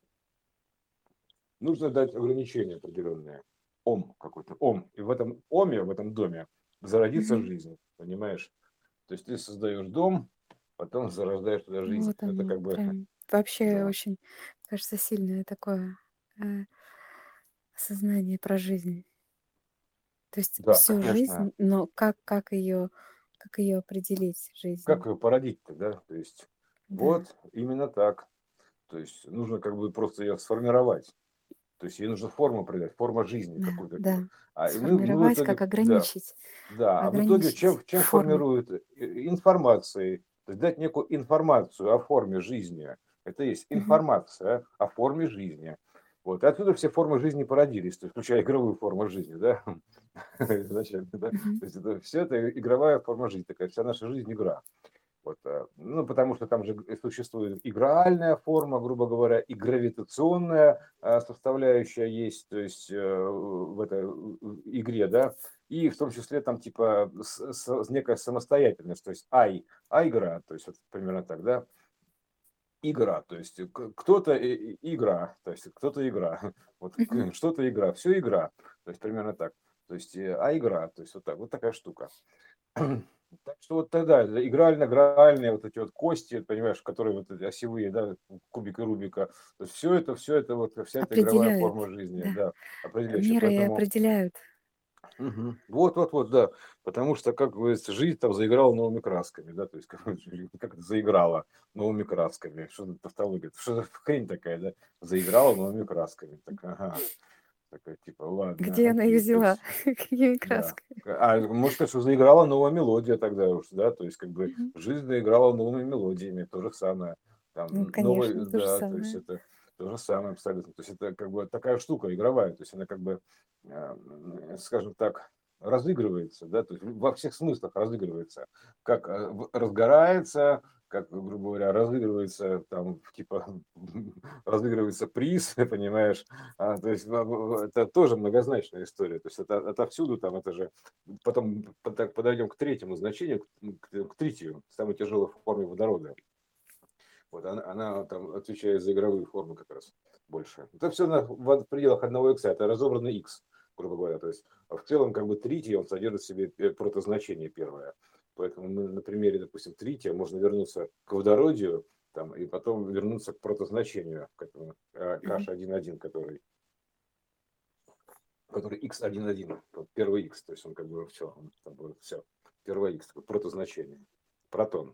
Нужно дать ограничения определенные. Ом какой-то, ом. И в этом оме, в этом доме зародится Мгм. жизнь, понимаешь? То есть ты создаешь дом, потом зарождаешь туда жизнь. Вот Это оно, как бы, прям вообще да. очень, кажется, сильное такое э, осознание про жизнь. То есть Да, всю конечно. жизнь, но как ее определить, Как жизнь? ее породить-то, да? То есть Да, вот именно так. То есть нужно как бы просто ее сформировать. То есть ей нужно форму придать, форма жизни да, какую-то. да. А и мы в Сформировать, итоге, как да, ограничить, да, а в итоге ограничить чем формы. формируют информацией, то есть дать некую информацию о форме жизни. Это есть Мгм. информация о форме жизни. Вот. И отсюда все формы жизни породились, то есть, включая игровую форму жизни, да, изначально, да. То Мгм. есть это, все это игровая форма жизни, такая вся наша жизнь игра. Вот, ну, потому что там же существует игральная форма, грубо говоря, и гравитационная составляющая есть, то есть в этой игре, да, и в том числе там типа некая самостоятельность, то есть игра, то есть вот примерно так, да, игра, то есть кто-то игра, то есть кто-то игра, вот Мгм. что-то игра, все игра, то есть примерно так, то есть игра, то есть вот так, вот такая штука. Так что вот тогда игрально-граальные вот эти вот кости, понимаешь, которые вот эти осевые, да, кубик и Рубика, то есть все это вот, вся эта игровая Определяют, форма жизни, да. да, определяющая. Меры и Поэтому определяют. вот, да, потому что, как говорится, жизнь там заиграла новыми красками, да, то есть как это заиграла новыми красками, что за тавтология, что за хрень такая, да, заиграла новыми красками, так, ага, такая типа, ладно, Где она их окей, то взяла? есть Какими да. красками? Можно сказать, что заиграла новая мелодия тогда уж, да, то есть как бы Мгм. жизнь заиграла новыми мелодиями, то же самое. Ну, Там новый, конечно, то же да, то есть самое. это то же самое абсолютно. То есть это как бы такая штука игровая, то есть она как бы, скажем так, разыгрывается, да, то есть во всех смыслах разыгрывается. Как разгорается, как, грубо говоря, разыгрывается там, типа, разыгрывается приз, понимаешь, то есть это тоже многозначная история. То есть это отовсюду там, это же потом так подойдем к третьему значению, к тритию, самой тяжелой форме водорода. Вот она там отвечает за игровые формы как раз больше. Это все в пределах одного икса, это разобранный x, грубо говоря. То есть в целом как бы тритий, он содержит в себе протозначение первое. Поэтому мы на примере, допустим, трития можно вернуться к водородию, там, и потом вернуться к протозначению, к этому Мгм. H1.1, который x1.1, вот первый x, то есть он как бы все, он как бы все, первый x, такое протозначение, протон.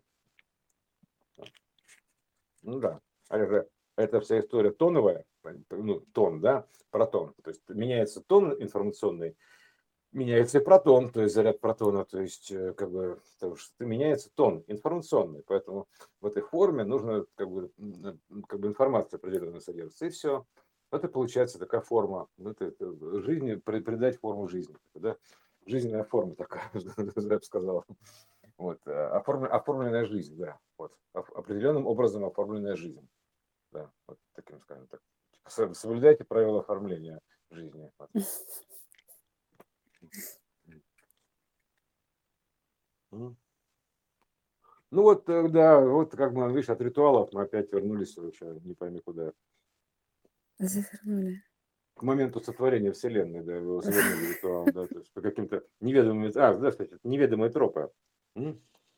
Ну да, это вся история тоновая, ну, тон, да, протон, то есть меняется тон информационный, меняется и протон, то есть заряд протона, то есть как бы потому что меняется тон информационный, поэтому в этой форме нужно как бы информация определенная содержится, и все. Это получается такая форма, это жизни, придать форму жизни, да, жизненная форма такая, я бы сказал. Вот, оформленная жизнь, да, вот, определенным образом оформленная жизнь, да, вот таким, скажем так. Соблюдайте правила оформления жизни. Вот. М. Ну вот, да, вот как мы, видишь, от ритуалов мы опять вернулись вообще, не пойми куда. Завернули. К моменту сотворения Вселенной, да, его завернули ритуал, да, то есть по каким-то неведомым, да, кстати, неведомые тропы. М?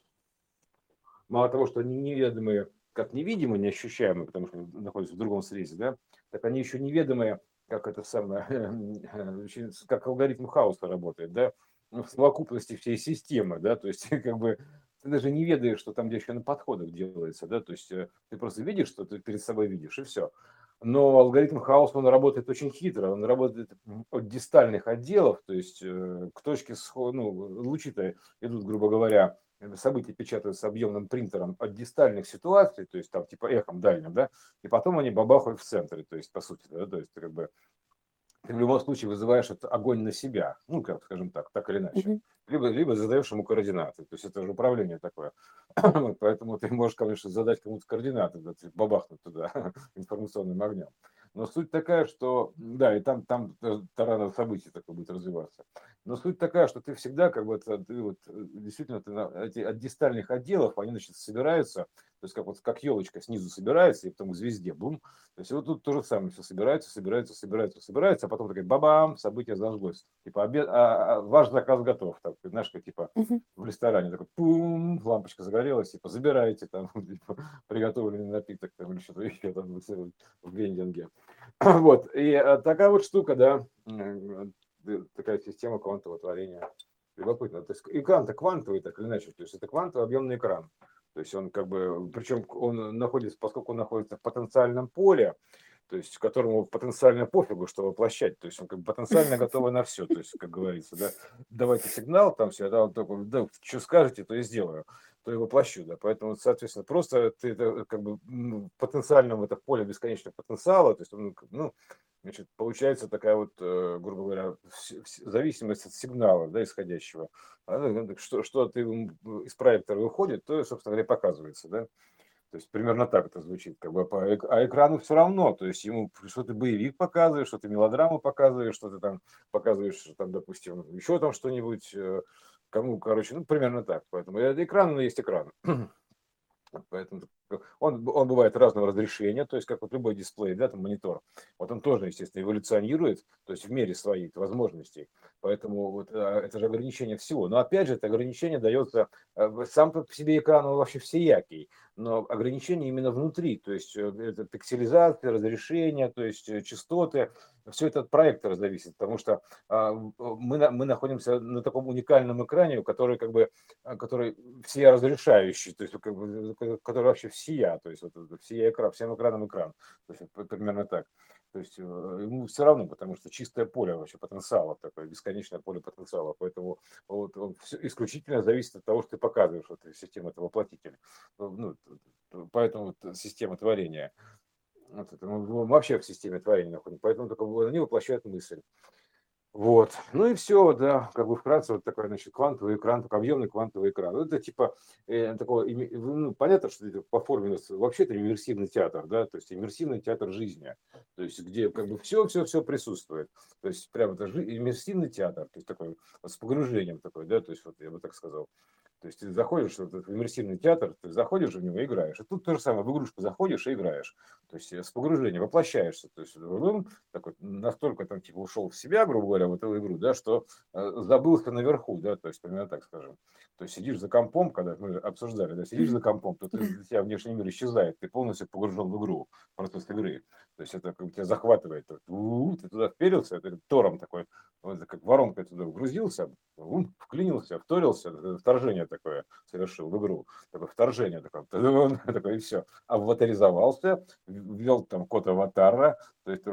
Мало того, что они неведомые, как невидимые, неощущаемые, потому что они находятся в другом срезе, да, так они еще неведомые, как это самое, как алгоритм хаоса работает, да, ну, в совокупности всей системы, да, то есть как бы ты даже не ведаешь, что там где еще на подходах делается, да, то есть ты просто видишь, что ты перед собой видишь, и все. Но алгоритм хаоса, он работает очень хитро, он работает от дистальных отделов, то есть к точке, ну, лучи-то идут, грубо говоря, события печатаются объемным принтером от дистальных ситуаций, то есть там типа эхом дальним, да, и потом они бабахают в центре, то есть по сути, да, то есть как бы ты в любом случае вызываешь этот огонь на себя, ну, как скажем так или иначе. Мгм. Либо задаешь ему координаты, то есть это же управление такое. Вот, поэтому ты можешь, конечно, задать кому-то координаты, да, ты бабахнуть туда информационным огнем. Но суть такая, что, да, и там таранное событие такое будет развиваться. Но суть такая, что ты всегда, как бы, ты вот, действительно, эти от дистальных отделов, они, значит, собираются, то есть как вот как елочка снизу собирается, и потом к звезде, бум, то есть вот тут то же самое, все собирается, а потом такая бабам, событие зажглось. Типа обед, ваш заказ готов. Так, знаешь, как типа Мгм. в ресторане, такой пум, лампочка загорелась, типа забирайте там типа, приготовленный напиток там, или что-то еще там в вендинге. Вот, и такая вот штука, да, такая система квантового творения. Любопытно. То есть экран-то квантовый, так или иначе, то есть это квантовый объемный экран. То есть он как бы, причем он находится, поскольку он находится в потенциальном поле, то есть которому потенциально пофигу, что воплощать, то есть он как бы потенциально готовый на все, то есть, как говорится, да, давайте сигнал, там все, да, он такой, да, что скажете, то и сделаю, то и воплощу, да, поэтому, соответственно, просто ты это, как бы в потенциальном это поле бесконечного потенциала, то есть, ну, значит, получается такая вот, грубо говоря, зависимость от сигнала, да, исходящего. Что ты из проектора выходит, то, собственно говоря, показывается, да. То есть примерно так это звучит, как бы, а экрану все равно, то есть ему что ты боевик показываешь, что ты мелодраму показываешь, что ты там показываешь, что там, допустим, еще там что-нибудь, кому, короче, ну, примерно так. Поэтому экран, но есть экран. Поэтому он бывает разного разрешения, то есть как вот любой дисплей, да, там монитор. Вот он тоже, естественно, эволюционирует, то есть в мере своих возможностей. Поэтому вот это же ограничение всего. Но опять же, это ограничение дается, сам по себе экран, он вообще всеякий, но ограничение именно внутри, то есть это пикселизация, разрешение, то есть частоты, все это от проектора зависит, потому что мы находимся на таком уникальном экране, который как бы который все разрешающий, то есть как бы, который вообще всея, то есть вот всея экран, всем экраном экран, то есть примерно так. То есть ему все равно, потому что чистое поле вообще потенциала, такое бесконечное поле потенциала, поэтому вот, он исключительно зависит от того, что ты показываешь, вот система этого воплотителя. Ну, поэтому вот система творения. Вот это, мы вообще в системе творения находимся, поэтому только они воплощают мысль. Вот. Ну и все, да, как бы вкратце вот такой, значит, квантовый экран, такой объемный квантовый экран. Ну, это типа такого, ну, понятно, что это по форме вообще это иммерсивный театр, да, то есть иммерсивный театр жизни, то есть где как бы все присутствует. То есть прям это иммерсивный театр, то есть такой с погружением такой, да, то есть вот я бы так сказал. То есть ты заходишь в иммерсивный театр, ты заходишь в него и играешь. И тут то же самое, в игрушку заходишь и играешь. То есть с погружением воплощаешься. То есть такой, настолько там типа ушел в себя, грубо говоря, в эту игру, да, что забылся наверху, да, то есть примерно так скажем. То есть сидишь за компом, когда мы обсуждали, да, сидишь за компом, то ты, Да. для тебя внешний мир исчезает, ты полностью погружен в игру, в процесс игры. То есть это как бы тебя захватывает. Ты туда вперился, это тором такой, вот, как воронкой туда вгрузился, вклинился, вторился, вторжение такое совершил в игру, такое вторжение такое, такое и все. Аватаризовался, ввел там код аватара, то есть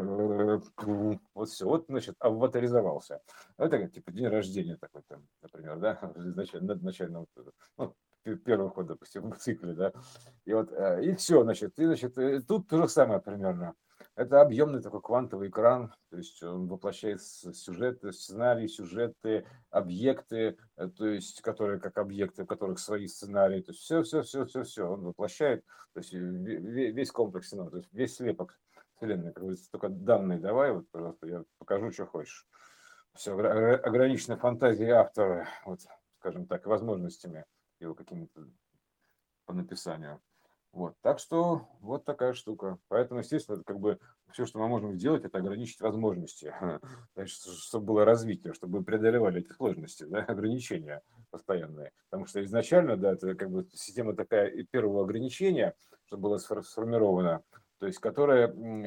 вот все, вот, значит, аватаризовался. Это как, типа день рождения такой там, например, да, начально вот, ну, первый ход, допустим, в цикле, да, и вот, и все, значит, тут то же самое примерно. Это объемный такой квантовый экран, то есть он воплощает сюжеты, сценарии, сюжеты, объекты, то есть которые как объекты, у которых свои сценарии, то есть все он воплощает, то есть весь комплекс, то есть весь слепок вселенной, как говорится, только данные давай, вот, пожалуйста, я покажу, что хочешь. Все ограничено фантазией автора, вот, скажем так, возможностями его какими-то по написанию. Вот. Так что вот такая штука. Поэтому, естественно, это как бы все, что мы можем сделать, это ограничить возможности, значит, чтобы было развитие, чтобы мы преодолевали эти сложности, да, ограничения постоянные. Потому что изначально, да, это как бы система такая первого ограничения, что было сформировано, то есть которая,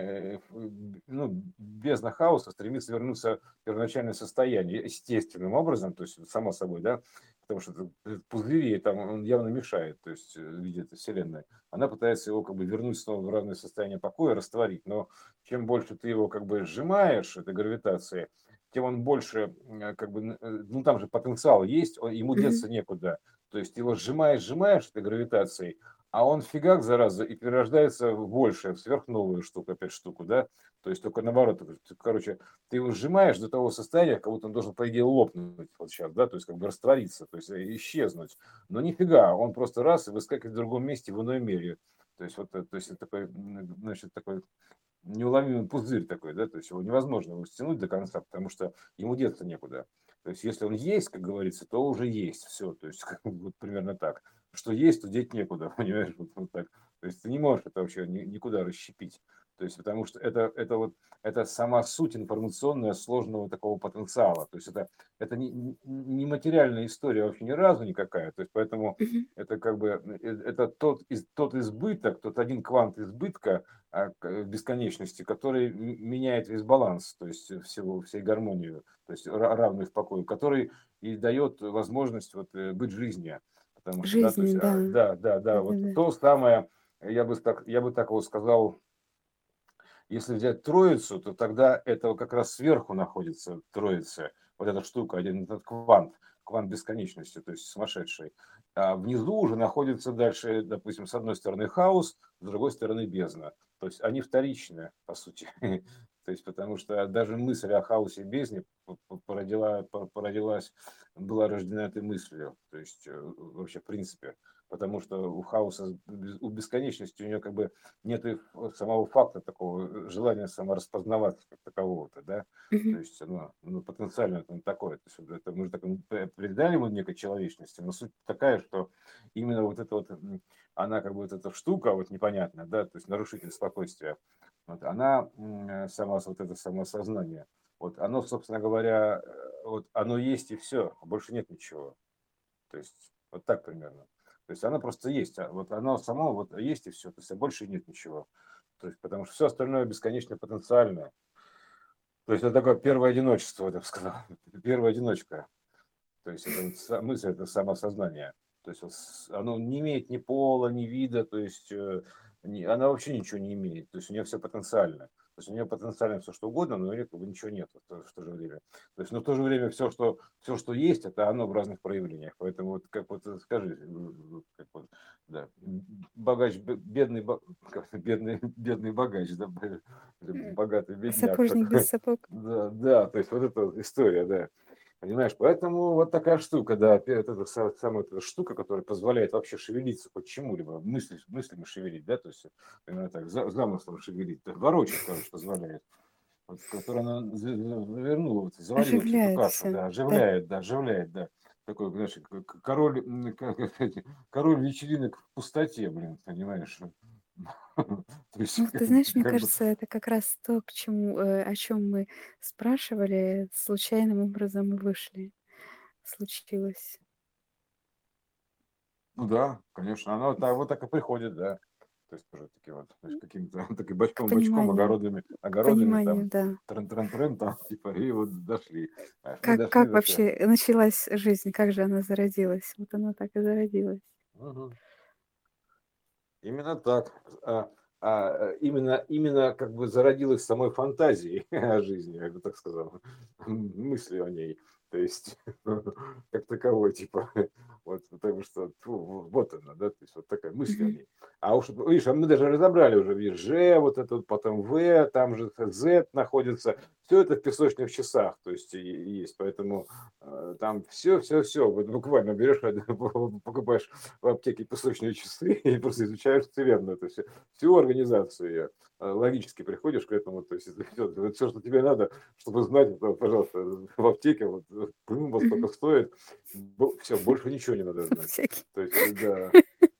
ну, бездна хаоса стремится вернуться в первоначальное состояние естественным образом, то есть само собой, да, потому что этот пузырь там он явно мешает, то есть в виде этой вселенной. Она пытается его как бы вернуть снова в равное состояние покоя, растворить. Но чем больше ты его как бы сжимаешь, этой гравитацией, тем он больше, как бы, ну там же потенциал есть, ему Мгм. деться некуда. То есть ты его сжимаешь этой гравитацией, а он фигак, зараза, и перерождается в большее, в сверхновую штуку, опять штуку, да. То есть только наоборот, короче, ты его сжимаешь до того состояния, как будто он должен, по идее, лопнуть вот сейчас, да, то есть как бы раствориться, то есть исчезнуть. Но нифига, он просто раз и выскакивает в другом месте, в иной мире. То есть вот, то есть это такой, значит, такой неуловимый пузырь такой, да, то есть его невозможно его стянуть до конца, потому что ему деться некуда. То есть если он есть, как говорится, то уже есть все, то есть вот примерно так. Что есть, то деть некуда, понимаешь, вот так. То есть ты не можешь это вообще никуда расщепить. То есть потому что это вот это сама суть информационная сложного такого потенциала. То есть это не материальная история вообще ни разу никакая. То есть поэтому Мгм. это как бы это тот избыток, тот один квант избытка, бесконечности, который меняет весь баланс, то есть всей гармонию, то есть равный в покое, который и дает возможность вот быть в жизни. Потому что, да, то есть, Жизни, да. да, вот Да-да-да. то самое, я бы так вот сказал, если взять троицу, то тогда это как раз сверху находится троица, вот эта штука, один этот квант бесконечности, то есть сумасшедший. А внизу уже находится дальше, допустим, с одной стороны хаос, с другой стороны бездна. То есть они вторичны, по сути. То есть потому что даже мысль о хаосе и бездне породилась, была рождена этой мыслью. То есть вообще в принципе. Потому что у хаоса, у бесконечности у нее как бы нет и самого факта такого желания самораспознаваться как такового-то, да, то Мгм. есть оно, ну, потенциально это не такое, то есть вот это мы же так придали ему некой человечности, но суть такая, что именно вот эта вот, она как бы вот эта штука вот непонятная, да, то есть нарушитель спокойствия, вот, она сама вот это самосознание, вот оно, собственно говоря, вот оно есть и все, больше нет ничего, то есть вот так примерно. То есть она просто есть. Вот она сама вот есть и все. То есть больше нет ничего. То есть, потому что все остальное бесконечно потенциальное. То есть это такое первое одиночество, я бы сказал. Первая одиночка. То есть это вот мысль, это самосознание. То есть вот оно не имеет ни пола, ни вида, то есть она вообще ничего не имеет. То есть у нее все потенциально. То есть у нее потенциально все что угодно, но у нее как бы ничего нет в то же время. То есть, но в то же время все, что есть, это оно в разных проявлениях. Поэтому вот как вот скажи, как вот, да, богач, бедный богач, да, М. богатый бедняк. Сапожник без сапог. Да, да, то есть вот эта история, да. Понимаешь, поэтому вот такая штука, да, это самая эта штука, которая позволяет вообще шевелиться хоть чему-либо, мыслями шевелить, да, то есть, именно так, замыслом шевелить, да, ворочать, короче, позволяет, вот, которая она завернула, вот, заварила всю эту Оживляет кашу, все. да, Да. оживляет, да, такой, знаешь, король, как эти, король вечеринок в пустоте, блин, понимаешь, то есть, Ну, ты знаешь, мне как бы, кажется, это как раз то, к чему, о чем мы спрашивали, случайным образом и вышли. Случилось. ну да, конечно, оно вот так и приходит, да. То есть тоже такие вот, то есть каким-то таким К бочком, пониманию. К огородами там, пониманию, да. трен-трен-трен там, типа, и вот дошли. Знаешь, мы Как дошли как до всего. вообще началась жизнь? Как же она зародилась? Вот она так и зародилась. Мгм. Именно так. Именно как бы зародилась самой фантазией о жизни, я бы так сказал, мыслью о ней. То есть, как таковой, типа, вот, потому что вот она, да, то есть вот такая мысль о Мгм. ней. А уж, видишь, мы даже разобрали уже, видишь, Ж, вот это вот, потом В, там же Z находится, все это в песочных часах, то есть есть, поэтому там все, вот буквально берешь, покупаешь в аптеке песочные часы и просто изучаешь вселенную, то есть всю организацию ее. Логически приходишь к этому, то есть все, что тебе надо, чтобы знать, это, пожалуйста, в аптеке, вот, вот Мгм. столько стоит, все, больше ничего не надо знать. Всякие. То есть, да,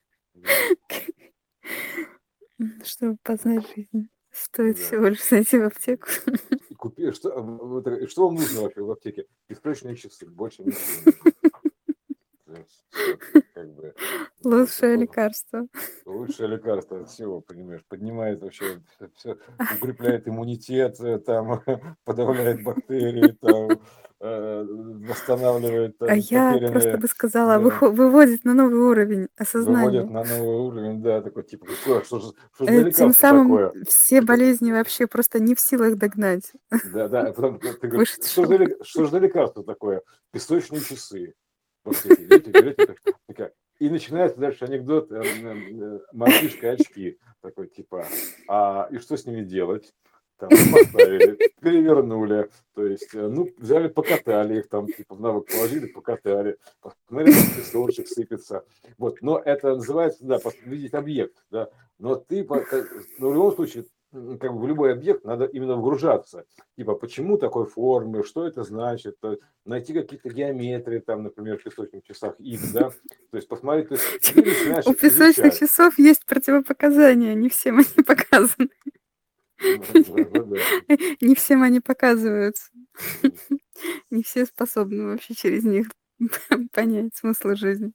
Чтобы познать жизнь, стоит Да. всего лишь зайти в аптеку. Купи, что вам нужно вообще в аптеке? Бессрочные часы, больше ничего не нужно. То есть всё, как бы, вот Лучшее такое лекарство. лучшее лекарство от всего, понимаешь, поднимает вообще всё, укрепляет иммунитет, там, подавляет бактерии, там, восстанавливает А там я просто потерянные, бы сказала, да, выводит на новый уровень выводит осознания. на новый уровень, да, такой типа: "Какое, что ж за Тем лекарство самым такое?" все Такой, болезни вообще просто не в силах догнать да-да, а потом ты говоришь: вышедшего. Что ж за лекарство такое?" "Песочные часы в аптеке. Берете, такая". И начинается дальше анекдот, мартышка и очки. Такой типа: "А, и что с ними делать?" Там, ну, поставили, перевернули, то есть, ну, взяли, покатали их там, типа в навык положили, покатали, посмотрели, как песочек сыпется. Вот, но это называется, да, видеть объект, да. Но но в любом случае, как бы в любой объект надо именно вгружаться. Типа, почему такой формы, что это значит, найти какие-то геометрии, там, например, в песочных часах X, да, то есть посмотреть, то есть ты начинаешь У песочных изучать. часов есть противопоказания, не всем они показаны. Да-да-да. Не всем они показываются. Не все способны вообще через них понять смысл жизни.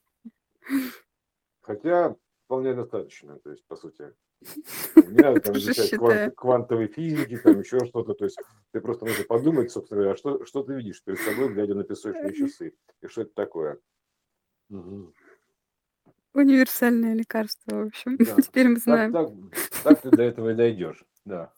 Хотя вполне достаточно, то есть, по сути, не надо там Тоже изучать считаю. квантовой физики, там еще что-то, то есть ты просто нужно подумать, собственно говоря, что ты видишь перед собой, глядя на песочные часы, и что это такое. Мгм. Универсальное лекарство, в общем. Да, Теперь мы так, знаем. так, так ты до этого и дойдешь, да.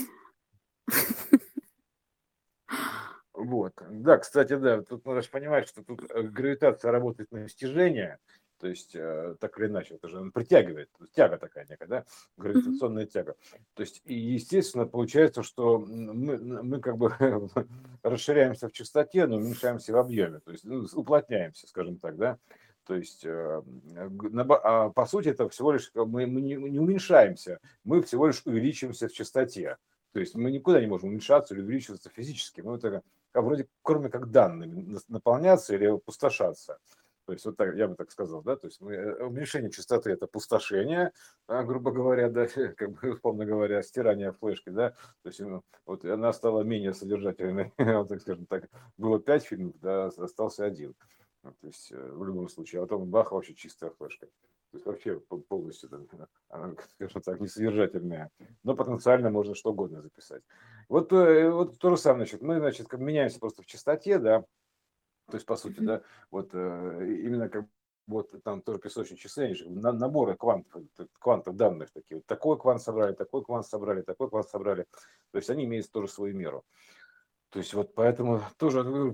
Вот. Да, кстати, да, тут надо же понимать, что тут гравитация работает на стяжение, то есть так или иначе, это же он притягивает, то есть тяга такая некая, да, Мгм. гравитационная тяга. То есть, и естественно, получается, что мы как бы расширяемся в частоте, но уменьшаемся в объеме, то есть ну, уплотняемся, скажем так, да. То есть, по сути, это всего лишь мы не уменьшаемся, мы всего лишь увеличиваемся в частоте. То есть мы никуда не можем уменьшаться или увеличиваться физически. Мы это вроде кроме как данными наполняться или опустошаться. То есть вот так, я бы так сказал, да, то есть уменьшение частоты это пустошение, грубо говоря, да, как бы, условно говоря, стирание флешки, да, то есть вот она стала менее содержательной, вот так скажем так, было 5 фильмов, да, остался один, то есть в любом случае, а потом бах, вообще чистая флешка, то есть вообще полностью, она, скажем так, несодержательная, но потенциально можно что угодно записать. Вот то же самое, значит, мы, значит, как меняемся просто в частоте, да, то есть, по сути, Мгм. да, вот именно как вот там тоже песочные часы, они же наборы квантов данных такие. Вот такой квант собрали, такой квант собрали, такой квант собрали. То есть они имеют тоже свою меру. То есть вот поэтому тоже